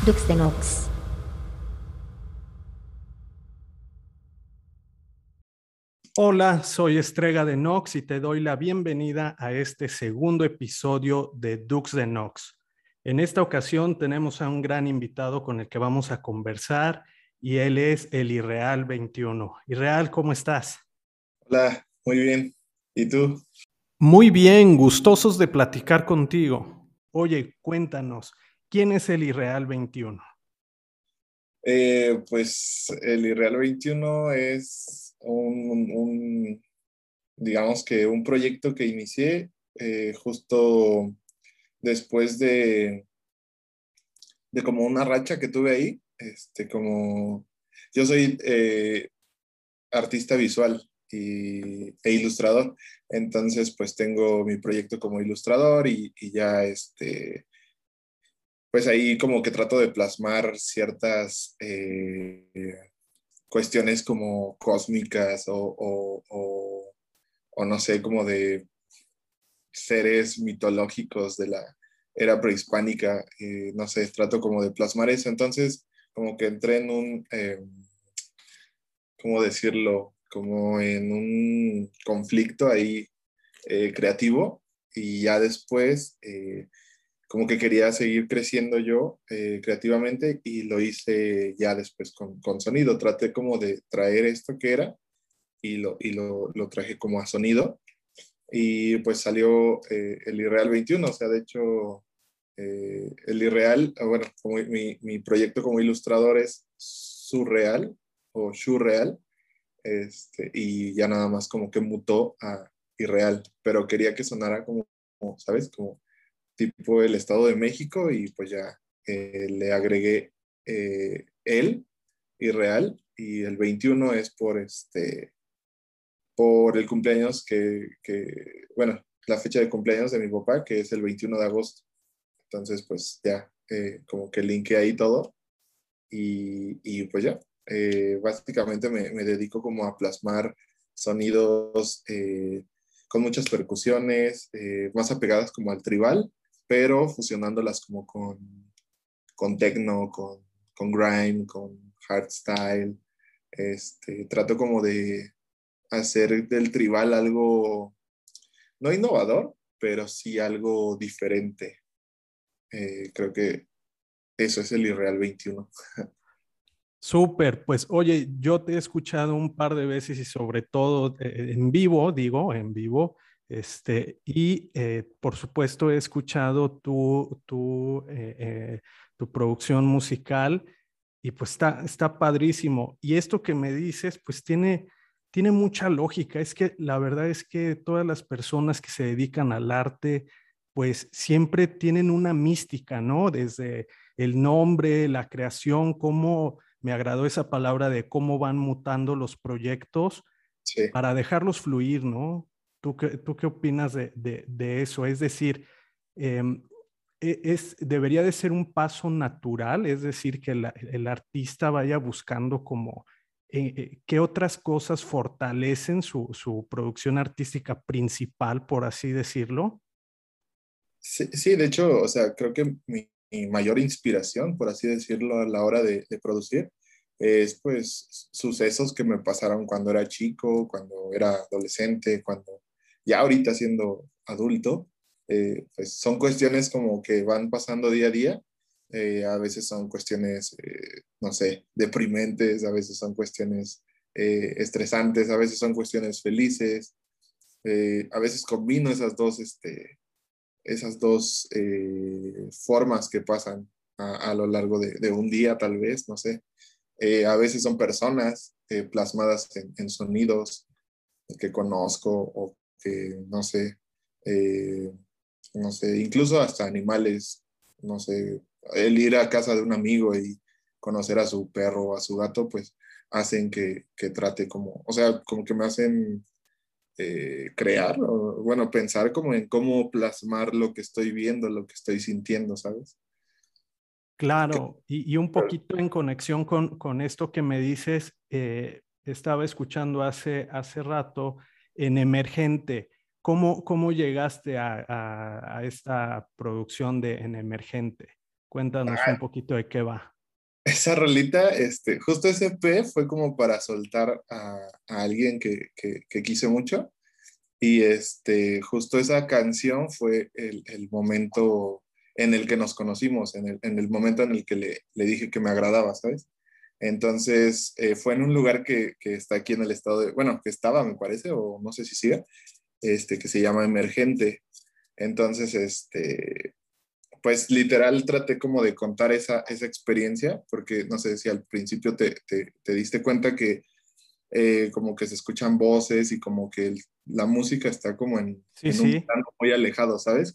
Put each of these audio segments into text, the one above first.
Dux de Nox. Hola, soy Estrega de Nox y te doy la bienvenida a este segundo episodio de Dux de Nox. En esta ocasión tenemos a un gran invitado con el que vamos a conversar y él es el Irreal 21. Irreal, ¿cómo estás? Hola, muy bien. ¿Y tú? Muy bien, gustosos de platicar contigo. Oye, cuéntanos, ¿quién es el Irreal 21? Pues el Irreal 21 es digamos que un proyecto que inicié justo después de como una racha que tuve ahí. Como yo soy artista visual e ilustrador, entonces pues tengo mi proyecto como ilustrador y ya pues ahí como que trato de plasmar ciertas cuestiones como cósmicas o no sé, como de seres mitológicos de la era prehispánica, no sé, trato como de plasmar eso, entonces como que entré en ¿cómo decirlo? Como en un conflicto ahí creativo y ya después como que quería seguir creciendo yo creativamente y lo hice ya después con sonido. Traté como de traer esto que era y lo traje como a sonido y pues salió el Irreal 21, o sea, de hecho el Irreal, bueno, como mi proyecto como ilustrador es surreal o surreal, y ya nada más como que mutó a Irreal, pero quería que sonara como, ¿sabes? Como tipo el Estado de México y pues ya le agregué el Irreal y el 21 es por el cumpleaños bueno, la fecha de cumpleaños de mi papá, que es el 21 de agosto. Entonces, pues ya, como que linké ahí todo y pues ya, básicamente me dedico como a plasmar sonidos con muchas percusiones, más apegadas como al tribal, pero fusionándolas como con techno, con grime, con hardstyle. Trato como de hacer del tribal algo, no innovador, pero sí algo diferente. Creo que eso es el Irreal 21. Súper, pues oye, yo te he escuchado un par de veces y sobre todo en vivo, digo, en vivo, y por supuesto he escuchado tu producción musical y pues está padrísimo. Y esto que me dices, pues tiene mucha lógica. Es que la verdad es que todas las personas que se dedican al arte, pues siempre tienen una mística, ¿no? Desde el nombre, la creación, cómo me agradó esa palabra de cómo van mutando los proyectos Sí. para dejarlos fluir, ¿no? ¿Tú qué opinas de eso? Es decir, eh, debería de ser un paso natural, es decir, que el artista vaya buscando como qué otras cosas fortalecen su producción artística principal, por así decirlo. Sí, sí, de hecho, o sea, creo que mi mayor inspiración, por así decirlo, a la hora de producir, es pues sucesos que me pasaron cuando era chico, cuando era adolescente, cuando ya ahorita siendo adulto, pues son cuestiones como que van pasando día a día. A veces son cuestiones, no sé, deprimentes, a veces son cuestiones estresantes, a veces son cuestiones felices, a veces combino esas dos formas que pasan a lo largo de un día, tal vez, no sé. A veces son personas plasmadas en sonidos que conozco o que, eh, no sé, incluso hasta animales, no sé, el ir a casa de un amigo y conocer a su perro o a su gato, pues hacen que trate como, o sea, como que me hacen crear, o bueno, pensar como en cómo plasmar lo que estoy viendo, lo que estoy sintiendo, ¿sabes? Claro, y un poquito en conexión con esto que me dices, estaba escuchando hace rato en Emergente. ¿Cómo llegaste a esta producción de en Emergente? Cuéntanos un poquito de qué va. Esa rolita, justo ese P fue como para soltar a alguien que quise mucho. Y justo esa canción fue el momento en el que nos conocimos, en el momento en el que le dije que me agradaba, ¿sabes? Entonces, fue en un lugar que está aquí en el estado de, bueno, que estaba, me parece, o no sé si sigue, que se llama Emergente. Entonces, pues literal traté como de contar esa experiencia, porque no sé si al principio te diste cuenta que como que se escuchan voces y como que la música está como Sí, en un sí. plano muy alejado, ¿sabes?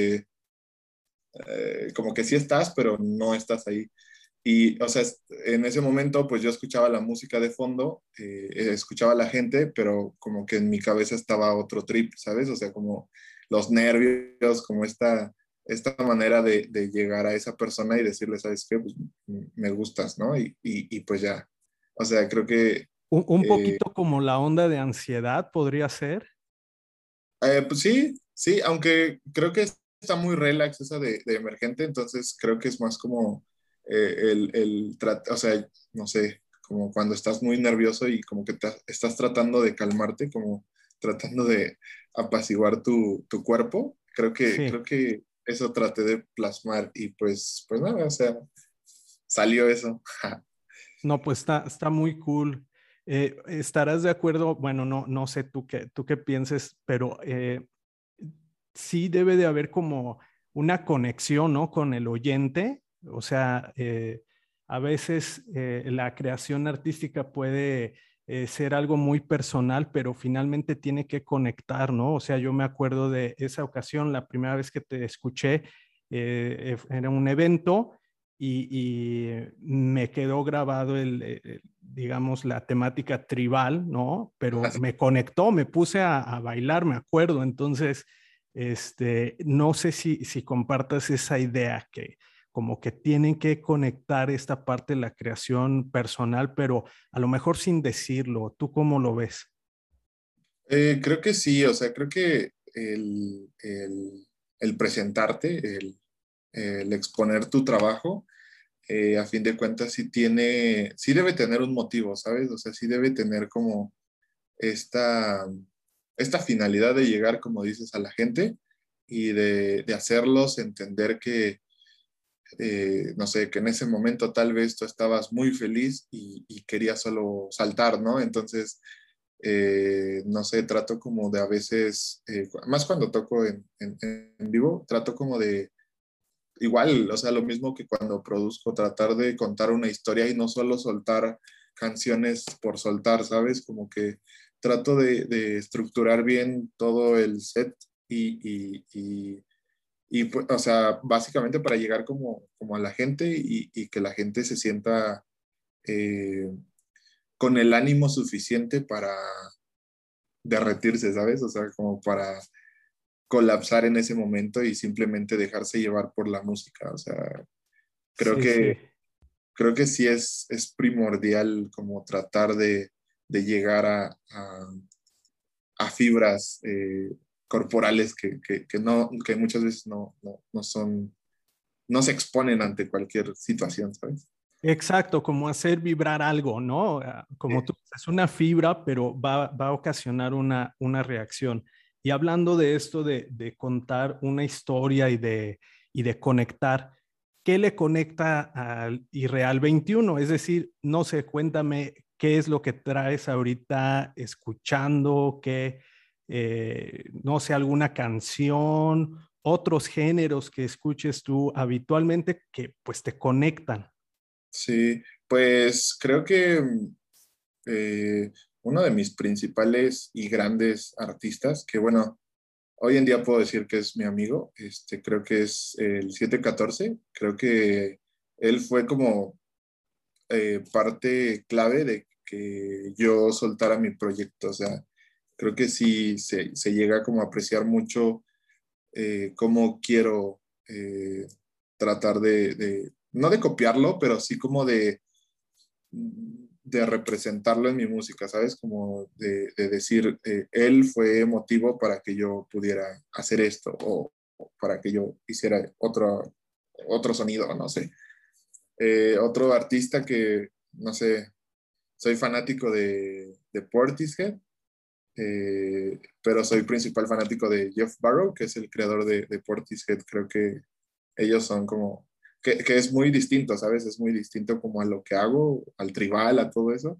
Como que sí estás, pero no estás ahí. Y, o sea, en ese momento, pues yo escuchaba la música de fondo, escuchaba a la gente, pero como que en mi cabeza estaba otro trip, ¿sabes? O sea, como los nervios, como esta manera de llegar a esa persona y decirle, ¿sabes qué? Pues me gustas, ¿no? Y pues ya. O sea, creo que Un eh, poquito como la onda de ansiedad podría ser. pues sí, sí, aunque creo que está muy relax esa de emergente, entonces creo que es más como o sea, no sé, como cuando estás muy nervioso y como que estás tratando de calmarte, como tratando de apaciguar tu cuerpo, Sí. creo que eso traté de plasmar y pues nada, o sea, salió eso. No, pues está muy cool. ¿Estarás de acuerdo? Bueno, no sé tú qué pienses, pero sí debe de haber como una conexión, ¿no? Con el oyente. O sea, a veces la creación artística puede ser algo muy personal, pero finalmente tiene que conectar, ¿no? O sea, yo me acuerdo de esa ocasión, la primera vez que te escuché, era un evento y me quedó grabado digamos, la temática tribal, ¿no? Pero Así, me conectó, me puse a bailar, me acuerdo. Entonces, no sé si compartas esa idea que como que tienen que conectar esta parte de la creación personal, pero a lo mejor sin decirlo. ¿Tú cómo lo ves? creo que sí, o sea, creo que el presentarte, el exponer tu trabajo, a fin de cuentas sí debe tener un motivo, ¿sabes? O sea, sí debe tener como esta, esta finalidad de llegar, como dices, a la gente y de hacerlos entender que, no sé, que en ese momento tal vez tú estabas muy feliz y querías solo saltar, ¿no? Entonces, no sé, trato como de a veces, más cuando toco en vivo, trato como de igual, o sea, lo mismo que cuando produzco, tratar de contar una historia y no solo soltar canciones por soltar, ¿sabes? Como que trato de estructurar bien todo el set pues, o sea, básicamente para llegar como a la gente y que la gente se sienta eh, con el ánimo suficiente para derretirse, ¿sabes? O sea, como para colapsar en ese momento y simplemente dejarse llevar por la música. O sea, creo Sí, que sí. creo que sí es primordial como tratar de llegar a fibras corporales que muchas veces no son, no se exponen ante cualquier situación, ¿sabes? Exacto, como hacer vibrar algo, ¿no? Como tú dices, una fibra, pero va a ocasionar una reacción. Y hablando de esto de contar una historia y de conectar, ¿qué le conecta al Irreal 21? Es decir, no sé, cuéntame qué es lo que traes ahorita escuchando, no sé, alguna canción, otros géneros que escuches tú habitualmente que pues te conectan. Sí, pues creo que eh, uno de mis principales y grandes artistas, que bueno, hoy en día puedo decir que es mi amigo, creo que es el 714. Creo que él fue como parte clave de que yo soltara mi proyecto. O sea, creo que sí se llega como a apreciar mucho cómo quiero tratar no de copiarlo, pero sí como de representarlo en mi música, ¿sabes? Como de decir, él fue motivo para que yo pudiera hacer esto o para que yo hiciera otro sonido, no sé. Otro artista que, no sé, soy fanático de Portishead, pero soy principal fanático de Jeff Barrow, que es el creador de Portishead. Creo que ellos son como, que es muy distinto, ¿sabes? Es muy distinto como a lo que hago, al tribal, a todo eso.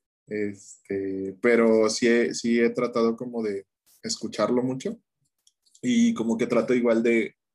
Pero sí he tratado como de escucharlo mucho y como que trato igual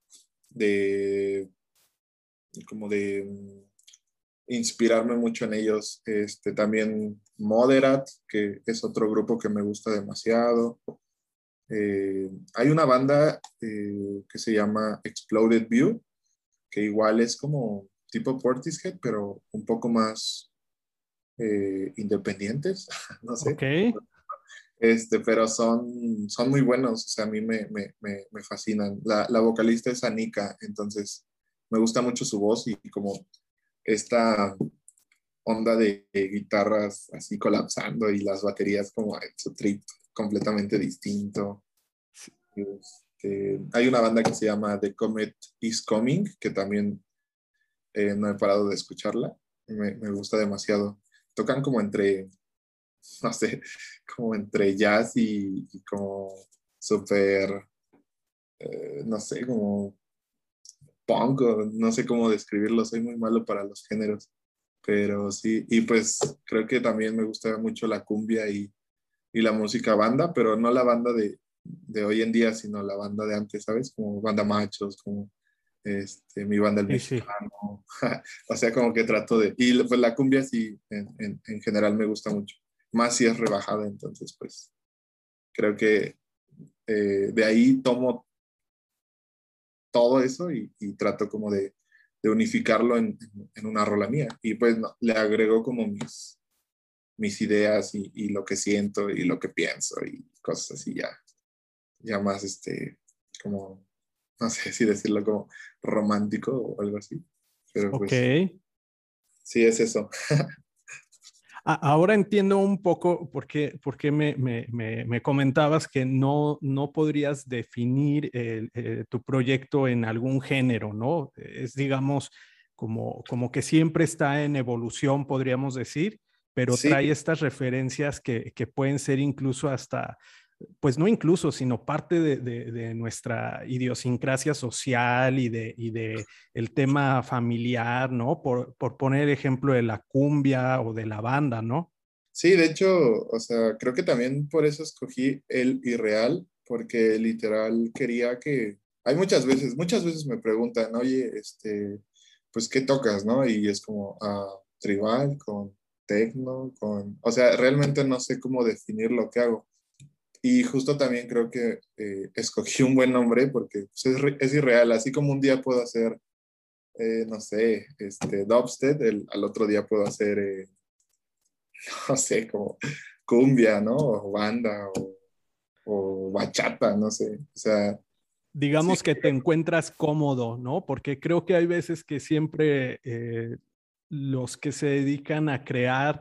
de como de inspirarme mucho en ellos. También Moderat, que es otro grupo que me gusta demasiado. Hay una banda que se llama Exploded View, que igual es como tipo Portishead, pero un poco más independientes, no sé. Ok. Pero son muy buenos, o sea, a mí me fascinan. La vocalista es Anika, entonces me gusta mucho su voz y como esta onda de guitarras así colapsando y las baterías como en su trip completamente distinto. Hay una banda que se llama The Comet Is Coming, que también no he parado de escucharla. Me gusta demasiado. Tocan como entre, no sé, como entre jazz y como súper, no sé, como punk, o no sé cómo describirlo, soy muy malo para los géneros, pero sí, y pues creo que también me gusta mucho la cumbia y la música banda, pero no la banda de hoy en día, sino la banda de antes, ¿sabes? Como Banda Machos, como mi banda El Sí, sí. Mexicano, o sea, como que trato de, y pues la cumbia sí, en general me gusta mucho, más si es rebajada, entonces pues creo que de ahí tomo todo eso y trato como de unificarlo en una rola mía. Y pues no, le agrego como mis ideas y lo que siento y lo que pienso y cosas así ya más, como, no sé si decirlo como romántico o algo así. Pero Ok. pues sí es eso. Ahora entiendo un poco por qué me comentabas que no podrías definir tu proyecto en algún género, ¿no? Es, digamos, como que siempre está en evolución, podríamos decir, pero Sí, trae estas referencias que pueden ser incluso hasta, pues no incluso, sino parte de nuestra idiosincrasia social y de el tema familiar, ¿no? Por poner ejemplo de la cumbia o de la banda, ¿no? sí, de hecho, o sea, creo que también por eso escogí el irreal, porque literal quería que, hay muchas veces me preguntan, oye, pues, ¿qué tocas, no? Y es como, tribal, con tecno, o sea, realmente no sé cómo definir lo que hago. Y justo también creo que escogí un buen nombre porque pues, es irreal, así como un día puedo hacer, no sé, dubstep, al otro día puedo hacer no sé, como cumbia, ¿no? O banda o bachata, no sé. O sea, sí, Digamos que te encuentras cómodo, ¿no? Porque creo que hay veces que siempre los que se dedican a crear,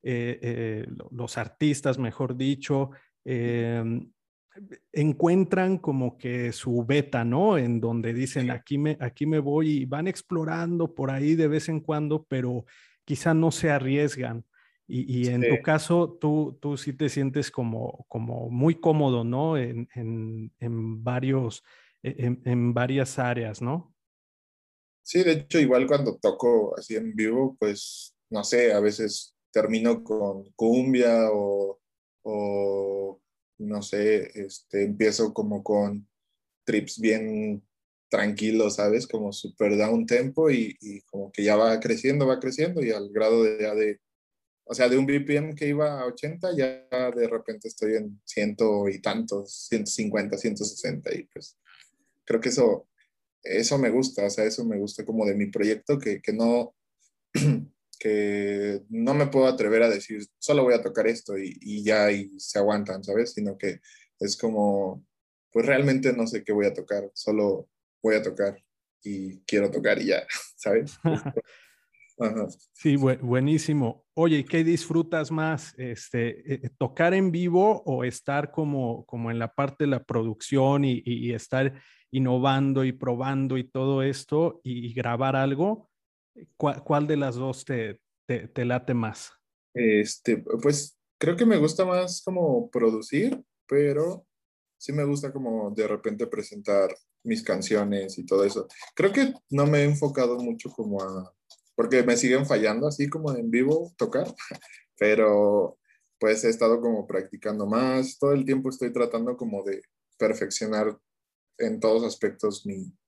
los artistas, mejor dicho, eh, encuentran como que su beta, ¿no? En donde dicen, aquí me voy y van explorando por ahí de vez en cuando, pero quizá no se arriesgan. Y en tu caso, tú sí te sientes como muy cómodo, ¿no? En varios, en varias áreas, ¿no? sí, de hecho, igual cuando toco así en vivo, pues, no sé, a veces termino con cumbia o no sé, empiezo como con trips bien tranquilos, ¿sabes? Como super down tempo y como que ya va creciendo y al grado de o sea, de un BPM que iba a 80, ya de repente estoy en ciento y tantos, 150, 160 y pues creo que eso me gusta, o sea, eso me gusta como de mi proyecto que no, que no me puedo atrever a decir, solo voy a tocar esto y ya y se aguantan, ¿sabes? Sino que es como, pues realmente no sé qué voy a tocar, solo voy a tocar y quiero tocar y ya, ¿sabes? Ajá. Sí, buenísimo. Oye, ¿y qué disfrutas más? ¿Tocar en vivo o estar como en la parte de la producción y estar innovando y probando y todo esto y grabar algo, ¿cuál de las dos te late más? Pues creo que me gusta más como producir, pero sí me gusta como de repente presentar mis canciones y todo eso. Creo que no me he enfocado mucho como a, porque me siguen fallando así como en vivo tocar, pero pues he estado como practicando más. Todo el tiempo estoy tratando como de perfeccionar en todos aspectos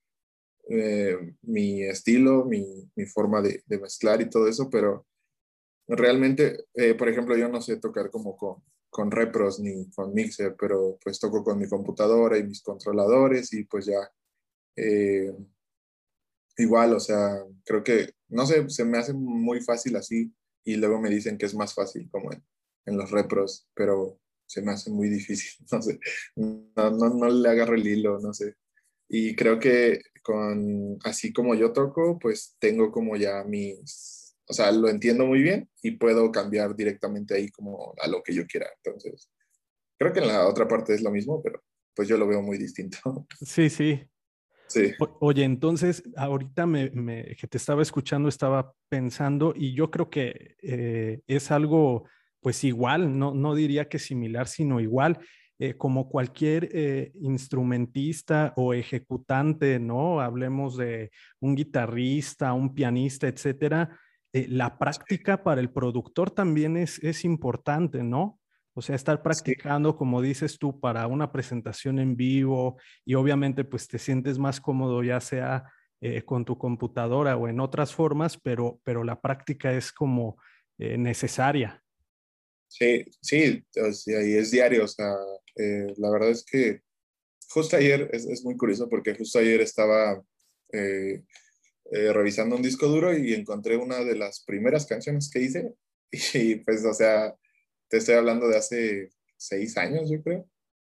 mi estilo, mi forma de mezclar y todo eso, pero realmente, por ejemplo, yo no sé tocar como con repros ni con mixer, pero pues toco con mi computadora y mis controladores y pues ya eh, igual, o sea, creo que, no sé, se me hace muy fácil así y luego me dicen que es más fácil como en los repros, pero se me hace muy difícil, no sé, no le agarro el hilo, no sé. Y creo que así como yo toco, pues tengo como ya o sea, lo entiendo muy bien y puedo cambiar directamente ahí como a lo que yo quiera. Entonces, creo que en la otra parte es lo mismo, pero pues yo lo veo muy distinto. Sí, sí. Sí, Oye, entonces, ahorita que te estaba escuchando, estaba pensando y yo creo que es algo pues igual, no diría que similar, sino igual, como cualquier instrumentista o ejecutante, ¿no? Hablemos de un guitarrista, un pianista, etcétera. La práctica para el productor también es importante, ¿no? O sea, estar sí, practicando, como dices tú, para una presentación en vivo y obviamente pues te sientes más cómodo ya sea con tu computadora o en otras formas, pero la práctica es como necesaria. sí, o sea, y es diario, o sea, la verdad es que justo ayer, es muy curioso porque justo ayer estaba eh, revisando un disco duro y encontré una de las primeras canciones que hice y pues, o sea, te estoy hablando de hace 6 años, yo creo,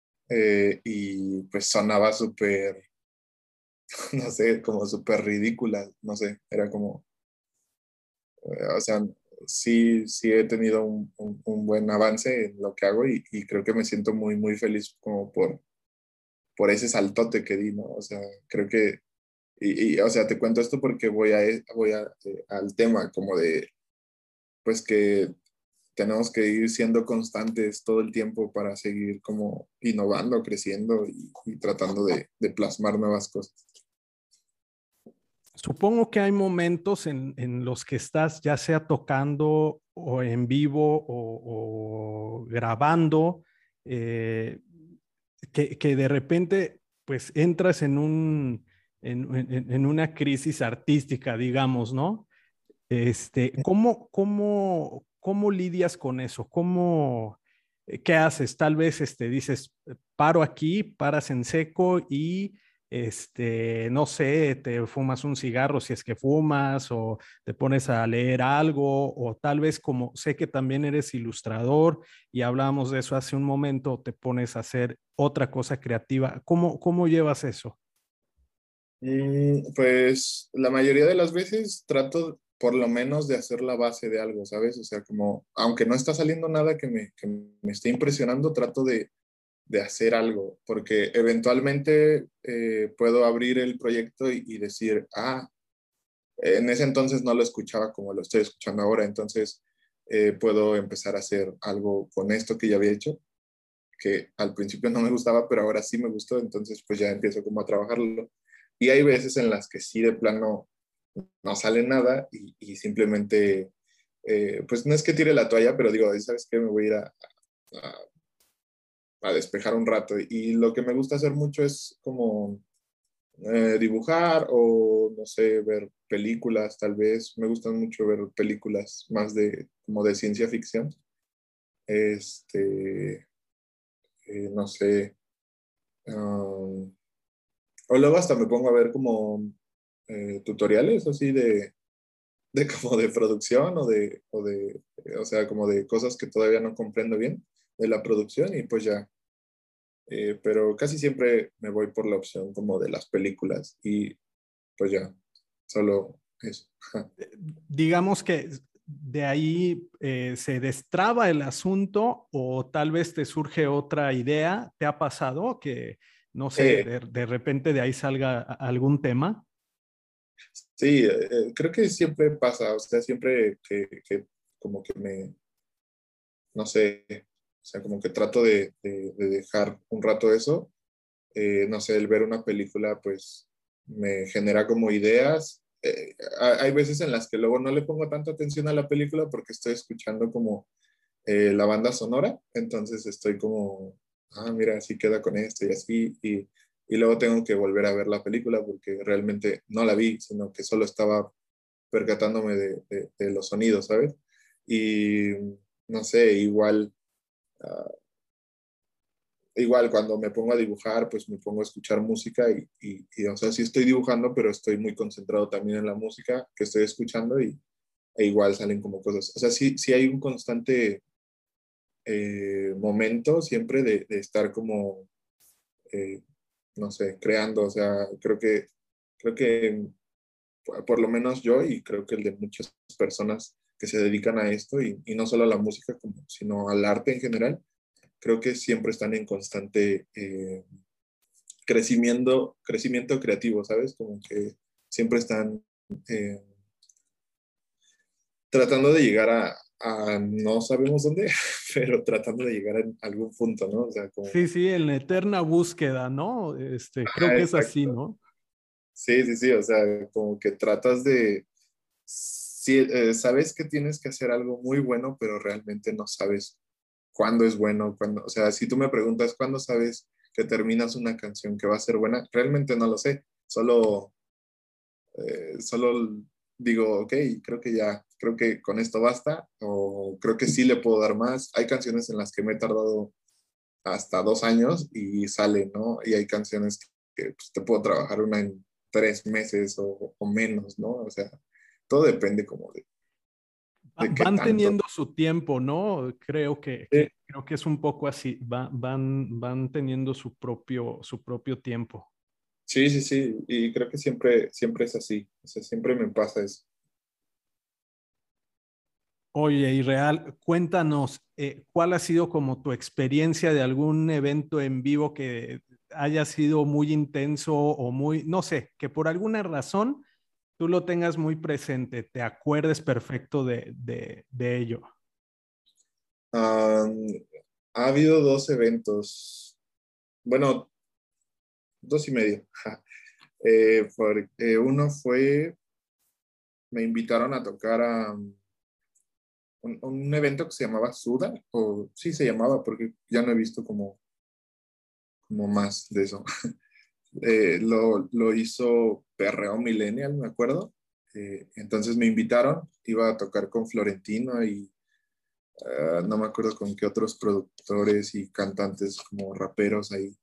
y pues sonaba súper, no sé, como súper ridícula, no sé, era como, o sea, sí he tenido un buen avance en lo que hago y creo que me siento muy, muy feliz como por ese saltote que di, ¿no? O sea, creo que, o sea, te cuento esto porque al tema como de, pues que tenemos que ir siendo constantes todo el tiempo para seguir como innovando, creciendo y tratando de plasmar nuevas cosas. Supongo que hay momentos en los que estás ya sea tocando o en vivo o grabando, eh, que de repente pues entras en una crisis artística, digamos, ¿no? ¿Cómo lidias con eso? ¿Qué haces? Tal vez dices, paro aquí, paras en seco y no sé, te fumas un cigarro si es que fumas o te pones a leer algo o tal vez como sé que también eres ilustrador y hablábamos de eso hace un momento, te pones a hacer otra cosa creativa. ¿Cómo llevas eso? Pues la mayoría de las veces trato por lo menos de hacer la base de algo, ¿sabes? O sea, como, aunque no está saliendo nada que me esté impresionando, trato de hacer algo, porque eventualmente puedo abrir el proyecto y decir, en ese entonces no lo escuchaba como lo estoy escuchando ahora, entonces puedo empezar a hacer algo con esto que ya había hecho, que al principio no me gustaba, pero ahora sí me gustó, entonces pues ya empiezo como a trabajarlo. Y hay veces en las que sí de plano no sale nada y simplemente, pues no es que tire la toalla, pero digo, ¿sabes qué? Me voy a ir a, a despejar un rato. Y lo que me gusta hacer mucho es como dibujar o, no sé, ver películas, tal vez. Me gustan mucho ver películas más como de ciencia ficción. Este, no sé. um, o luego hasta me pongo a ver como tutoriales así de como de producción o sea, como de cosas que todavía no comprendo bien de la producción y pues ya. Pero casi siempre me voy por la opción como de las películas y pues ya, solo eso. Digamos que de ahí se destraba el asunto o tal vez te surge otra idea. ¿Te ha pasado que no sé, Eh, de repente de ahí salga algún tema. sí, creo que siempre pasa, o sea, siempre que como que no sé, o sea, como que trato de dejar un rato eso, no sé, el ver una película pues me genera como ideas. Hay veces en las que luego no le pongo tanta atención a la película porque estoy escuchando como la banda sonora, entonces estoy como, ah, mira, así queda con esto y así, y luego tengo que volver a ver la película porque realmente no la vi, sino que solo estaba percatándome de los sonidos, ¿sabes? Y no sé, igual cuando me pongo a dibujar, pues me pongo a escuchar música o sea, sí estoy dibujando, pero estoy muy concentrado también en la música que estoy escuchando e igual salen como cosas. O sea, sí hay un constante momento siempre de estar como, eh, no sé, creando. O sea, creo que por lo menos yo y creo que el de muchas personas que se dedican a esto y no solo a la música, sino al arte en general, creo que siempre están en constante crecimiento creativo, ¿sabes? Como que siempre están eh, tratando de llegar a no sabemos dónde, pero tratando de llegar a algún punto, ¿no? O sea, Sí, como... sí, en la eterna búsqueda, ¿no? Creo Ah, que es así, exacto. ¿no? Sí, sí, sí, o sea, como que tratas de... Sí, sabes que tienes que hacer algo muy bueno, pero realmente no sabes cuándo es bueno, cuándo... O sea, si tú me preguntas cuándo sabes que terminas una canción que va a ser buena, realmente no lo sé. Solo digo, ok, creo que con esto basta, o creo que sí le puedo dar más. Hay canciones en las que me he tardado hasta 2 años y sale, ¿no? Y hay canciones que pues, te puedo trabajar una en 3 meses o menos, ¿no? O sea, todo depende como de qué Van tanto. teniendo su tiempo, ¿no? Sí, Creo que es un poco así, van teniendo su propio tiempo. sí, sí, sí, y creo que siempre es así, o sea, siempre me pasa eso. Oye, Israel, cuéntanos, ¿cuál ha sido como tu experiencia de algún evento en vivo que haya sido muy intenso o muy, no sé, que por alguna razón tú lo tengas muy presente, te acuerdes perfecto de ello? Um, ha habido 2 eventos, bueno, 2 y medio. Uno fue, me invitaron a tocar a un evento que se llamaba Suda, o sí se llamaba, porque ya no he visto como más de eso. Lo hizo Perreo Millennial, me acuerdo. Entonces me invitaron, iba a tocar con Florentino y no me acuerdo con qué otros productores y cantantes como raperos ahí.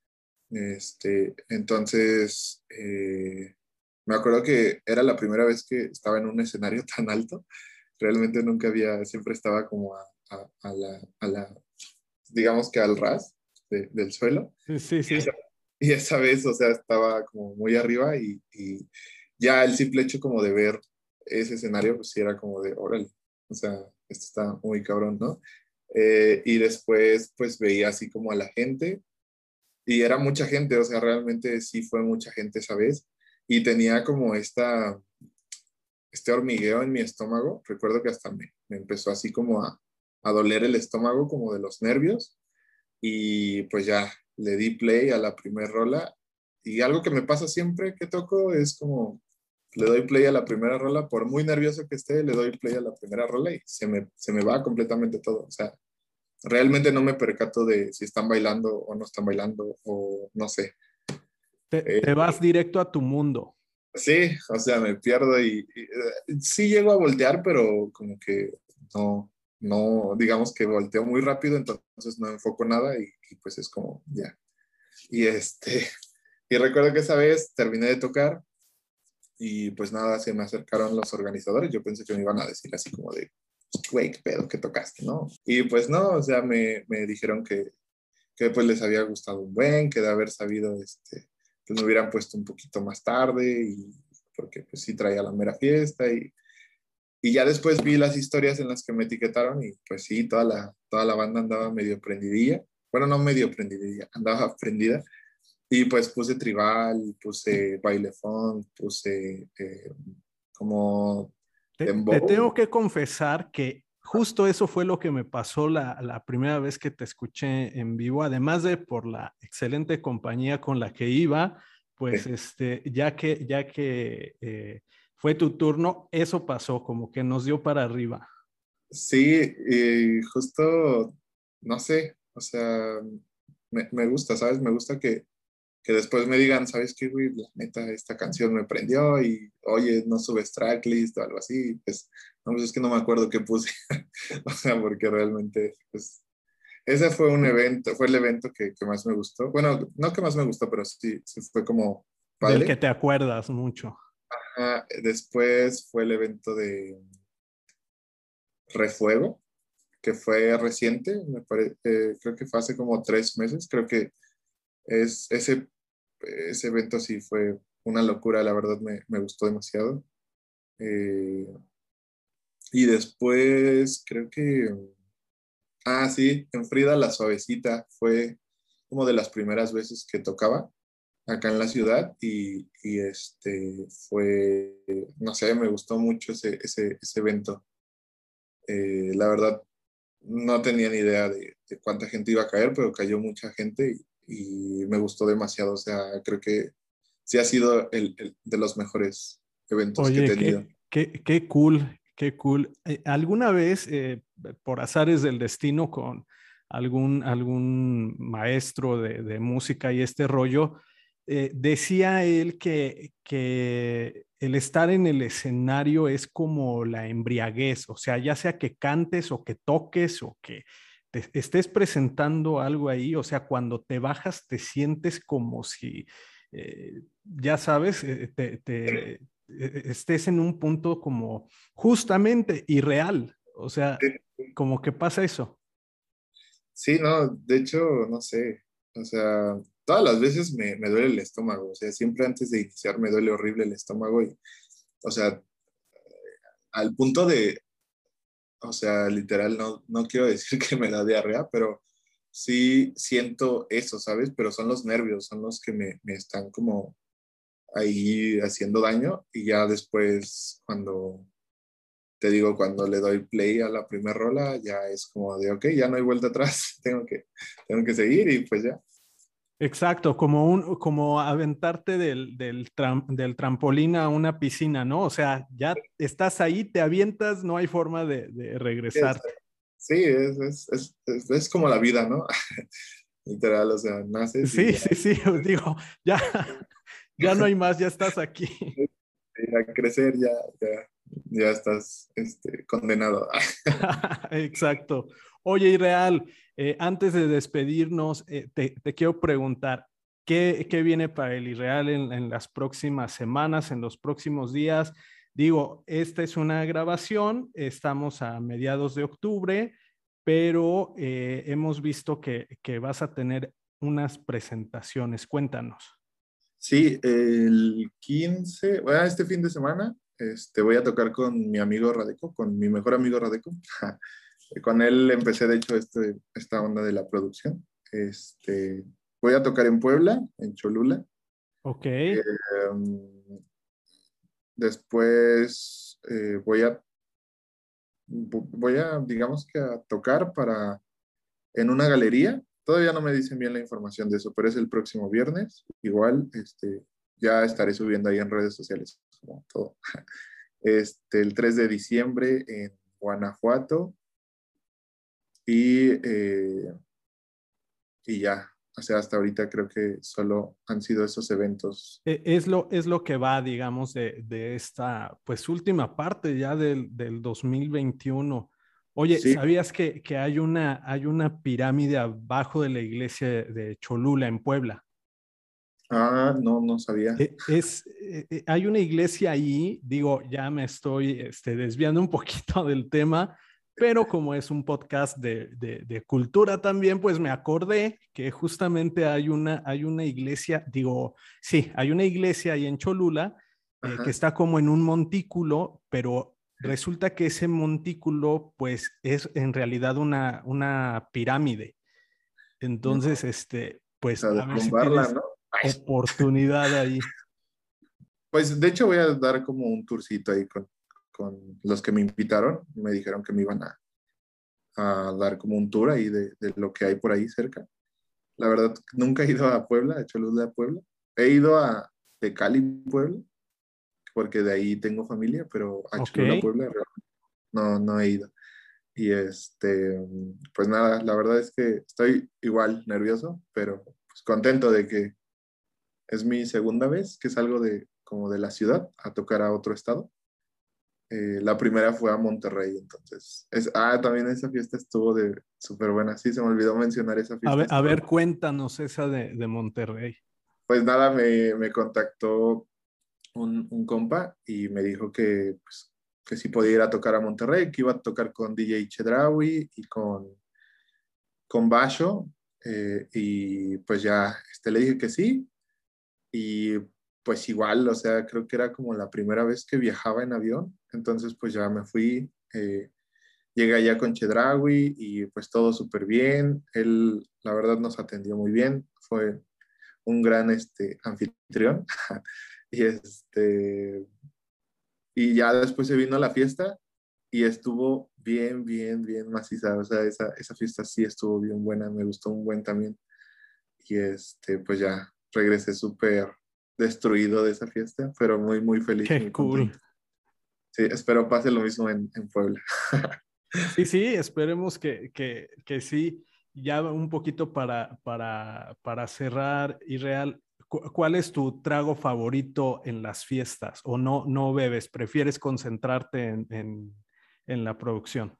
Entonces, me acuerdo que era la primera vez que estaba en un escenario tan alto. Realmente nunca había, siempre estaba como a la, digamos que al ras del suelo. Sí, sí, Y esa, sí. y esa vez, o sea, estaba como muy arriba y ya el simple hecho como de ver ese escenario, pues sí era como de, órale, o sea, esto está muy cabrón, ¿no? Y después, pues veía así como a la gente y era mucha gente, o sea, realmente sí fue mucha gente esa vez y tenía como este hormigueo en mi estómago. Recuerdo que hasta me empezó así como a doler el estómago, como de los nervios. Y pues ya le di play a la primer rola. Y algo que me pasa siempre que toco es como le doy play a la primera rola, por muy nervioso que esté, le doy play a la primera rola y se me va completamente todo. O sea, realmente no me percato de si están bailando o no están bailando o no sé. Te vas directo a tu mundo. Sí, o sea, me pierdo y sí llego a voltear, pero como que no, digamos que volteo muy rápido, entonces no enfoco nada y pues es como, ya. Y y recuerdo que esa vez terminé de tocar y pues nada, se me acercaron los organizadores, yo pensé que me iban a decir así como de, güey, qué pedo que tocaste, ¿no? Y pues no, o sea, me dijeron que pues les había gustado un buen, que de haber sabido, pues me hubieran puesto un poquito más tarde y porque pues sí traía la mera fiesta y ya después vi las historias en las que me etiquetaron y pues sí, toda la banda andaba medio prendidilla, bueno, no medio prendidilla, andaba prendida Y pues puse tribal, puse baile funk, puse como Te dembow. tengo que confesar que justo eso fue lo que me pasó la primera vez que te escuché en vivo, además de por la excelente compañía con la que iba, pues ya que fue tu turno, eso pasó, como que nos dio para arriba. Sí, y justo, no sé, o sea, me gusta, ¿sabes? Me gusta que después me digan, ¿sabes qué, güey? La neta, esta canción me prendió y, oye, no subes tracklist o algo así. Pues, no, pues es que no me acuerdo qué puse. O sea, porque realmente, pues, ese fue un evento, fue el evento que más me gustó. Bueno, no que más me gustó, pero sí, sí fue como Del que padre. te acuerdas mucho. Después fue el evento de Refuego, que fue reciente, creo que fue hace como 3 meses. Creo que ese evento sí fue una locura, la verdad me gustó demasiado. Eh, y después creo que, sí, en Frida La Suavecita fue como de las primeras veces que tocaba acá en la ciudad y fue, no sé, me gustó mucho ese evento. La verdad, no tenía ni idea de cuánta gente iba a caer, pero cayó mucha gente y me gustó demasiado. O sea, creo que sí ha sido el de los mejores eventos que he Oye, tenido. qué cool, qué cool. ¿Alguna vez, por azares del destino, con algún maestro de música y este rollo, decía él que el estar en el escenario es como la embriaguez, o sea, ya sea que cantes o que toques o que te estés presentando algo ahí, o sea, cuando te bajas te sientes como si, ya sabes, estés en un punto como justamente irreal, o sea, como que pasa eso. Sí, no, de hecho, no sé, o sea, todas las veces me duele el estómago, o sea, siempre antes de iniciar me duele horrible el estómago y, o sea, al punto de, o sea, literal, no quiero decir que me da diarrea, pero sí siento eso, ¿sabes? Pero son los nervios, son los que me están como ahí haciendo daño y ya después te digo, cuando le doy play a la primera rola, ya es como de, ok, ya no hay vuelta atrás, tengo que seguir y pues ya. Exacto, como aventarte del trampolín a una piscina, ¿no? O sea, ya estás ahí, te avientas, no hay forma de Es- regresarte. Sí, es como la vida, ¿no? Literal, o sea, naces y Sí, ya, sí, sí, digo, ya, ya no hay más, ya estás aquí. y a crecer ya estás condenado. Exacto. Oye, Irreal, antes de despedirnos, te quiero preguntar, ¿qué viene para el Irreal en las próximas semanas, en los próximos días? Digo, esta es una grabación, estamos a mediados de octubre, pero hemos visto que vas a tener unas presentaciones. Cuéntanos. Sí, el 15, bueno, este fin de semana, voy a tocar con mi amigo Radeco, con mi mejor amigo Radeco. Con él empecé, de hecho, esta onda de la producción. Voy a tocar en Puebla, en Cholula. Ok. Em, Después digamos que a tocar en una galería. Todavía no me dicen bien la información de eso, pero es el próximo viernes. Igual, ya estaré subiendo ahí en redes sociales, como todo. El 3 de diciembre en Guanajuato y ya. O sea, hasta ahorita creo que solo han sido esos eventos. Es lo que va, digamos, de esta, pues, última parte ya del 2021. Oye, Sí, ¿sabías que hay una pirámide abajo de la iglesia de Cholula, en Puebla? no sabía. Hay una iglesia ahí, digo, ya me estoy desviando un poquito del tema, pero como es un podcast de cultura también, pues me acordé que justamente hay una iglesia, digo, sí, hay una iglesia ahí en Cholula que Ajá. está como en un montículo, pero resulta que ese montículo, pues, es en realidad una pirámide. No, Entonces, o pues, sea, a ver si derrumbarla, tienes. ¿no? oportunidad ahí. Pues de hecho voy a dar como un tourcito ahí con los que me invitaron. Me dijeron que me iban a dar como un tour ahí de lo que hay por ahí cerca. La verdad, nunca he ido a Puebla, a Cholula de Puebla. He ido a Tecali, Puebla, porque de ahí tengo familia, pero a Ok. Cholula, Puebla, no he ido. Y pues nada, la verdad es que estoy igual nervioso, pero pues contento de que es mi segunda vez que salgo como de la ciudad a tocar a otro estado. La primera fue a Monterrey, entonces. También esa fiesta estuvo de súper buena. Sí, se me olvidó mencionar esa fiesta. A ver, cuéntanos esa de Monterrey. Pues nada, me contactó un compa y me dijo pues, que sí podía ir a tocar a Monterrey, que iba a tocar con DJ Chedraui y con Basho. Y pues ya le dije que sí. Y pues igual, o sea, creo que era como la primera vez que viajaba en avión. Entonces pues ya me fui. Llegué allá con Chedraui y pues todo súper bien. Él, la verdad, nos atendió muy bien. Fue un gran anfitrión. y y ya después se vino la fiesta y estuvo bien, bien, bien maciza. O sea, esa fiesta sí estuvo bien buena, me gustó un buen también. Y pues ya regresé súper destruido de esa fiesta, pero muy, muy feliz, Qué muy cool. contento. Sí, espero pase lo mismo en Puebla. Sí, sí, esperemos que sí. Ya un poquito para cerrar, Israel, ¿cuál es tu trago favorito en las fiestas? ¿O no bebes? ¿Prefieres concentrarte en la producción?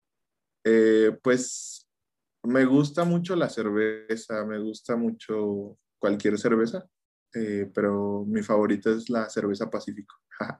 Pues me gusta mucho la cerveza, me gusta mucho cualquier cerveza, pero mi favorita es la cerveza Pacífico.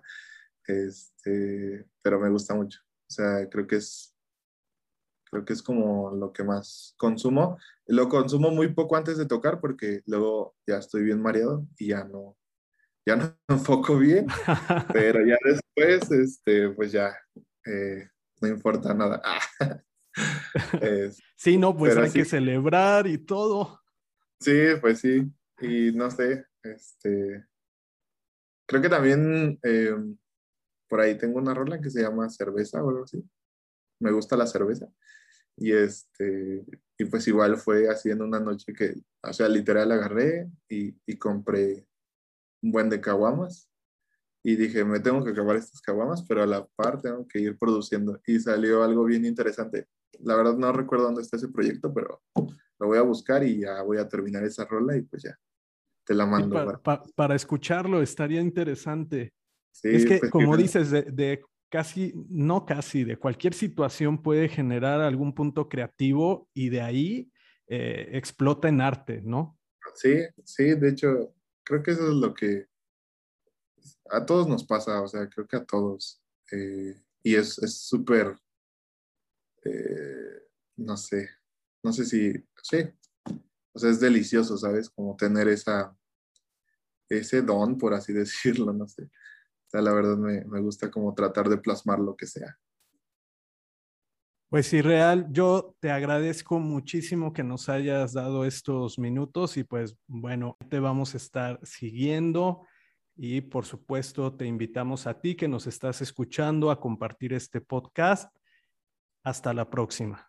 Pero me gusta mucho. O sea, creo que es como lo que más consumo. Lo consumo muy poco antes de tocar porque luego ya estoy bien mareado y ya no me enfoco bien, pero ya después, pues ya no importa nada. Es- Sí, no, pues pero hay sí, que celebrar y todo. sí, pues sí. Y no sé, creo que también por ahí tengo una rola que se llama Cerveza o algo así. Me gusta la cerveza. Y y pues igual fue así en una noche que, o sea, literal agarré y compré un buen de caguamas y dije, me tengo que acabar estas caguamas, pero a la par tengo que ir produciendo. Y salió algo bien interesante. La verdad no recuerdo dónde está ese proyecto, pero lo voy a buscar y ya voy a terminar esa rola y pues ya te la Sí, mando. para escucharlo estaría interesante. Es Sí, que, pues como dices, de casi, no casi, de cualquier situación puede generar algún punto creativo y de ahí explota en arte, ¿no? sí, sí, de hecho, creo que eso es lo que a todos nos pasa, o sea, creo que a todos. Y es súper, no sé, no sé si, sí, o sea, es delicioso, ¿sabes? Como tener ese don, por así decirlo, no sé. O sea, la verdad me gusta como tratar de plasmar lo que sea. Pues sí, Real, yo te agradezco muchísimo que nos hayas dado estos minutos y pues bueno, te vamos a estar siguiendo y por supuesto te invitamos a ti que nos estás escuchando a compartir este podcast. Hasta la próxima.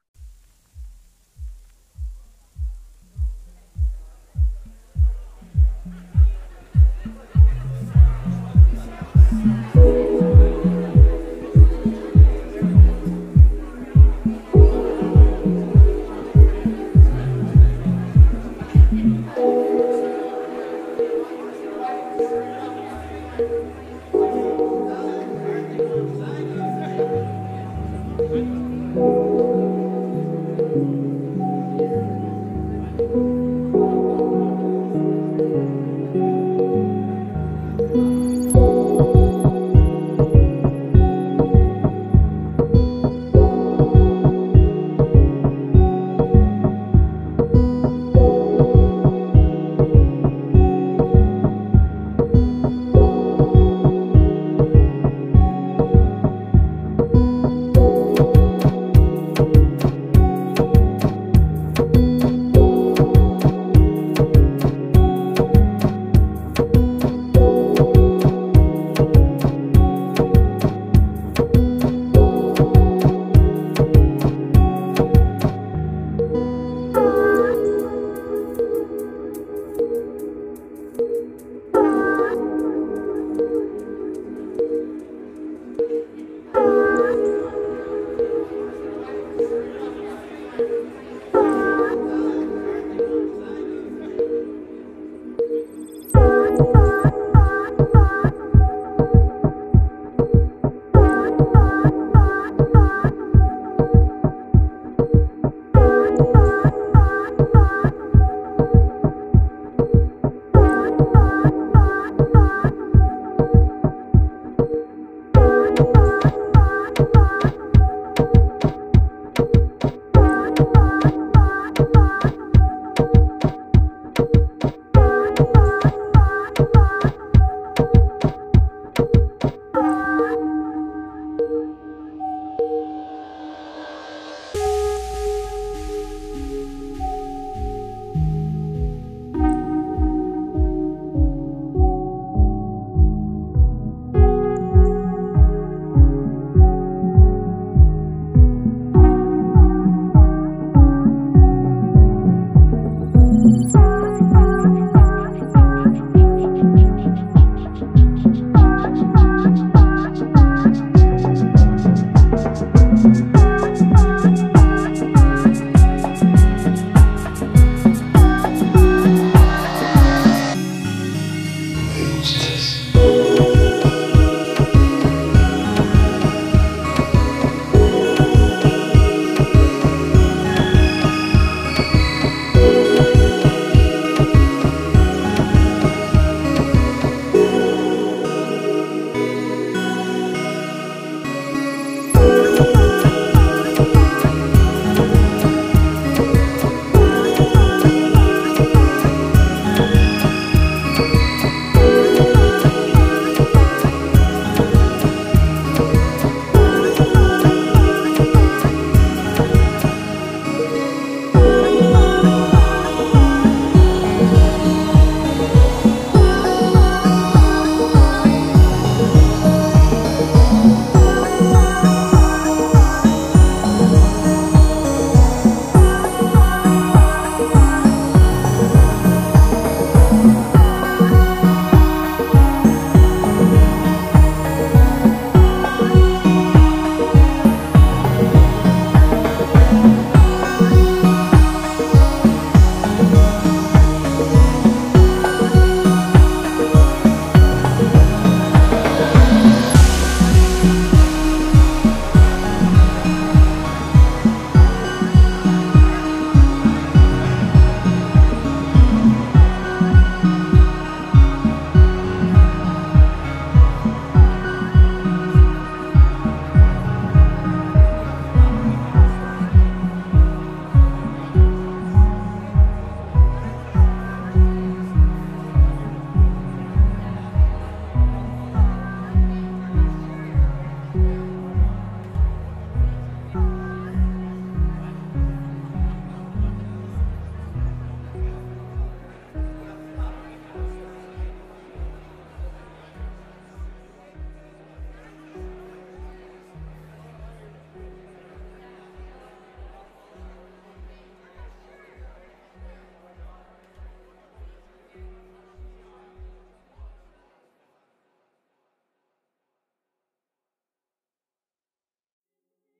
voces.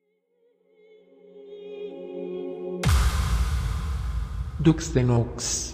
Dux de Nox.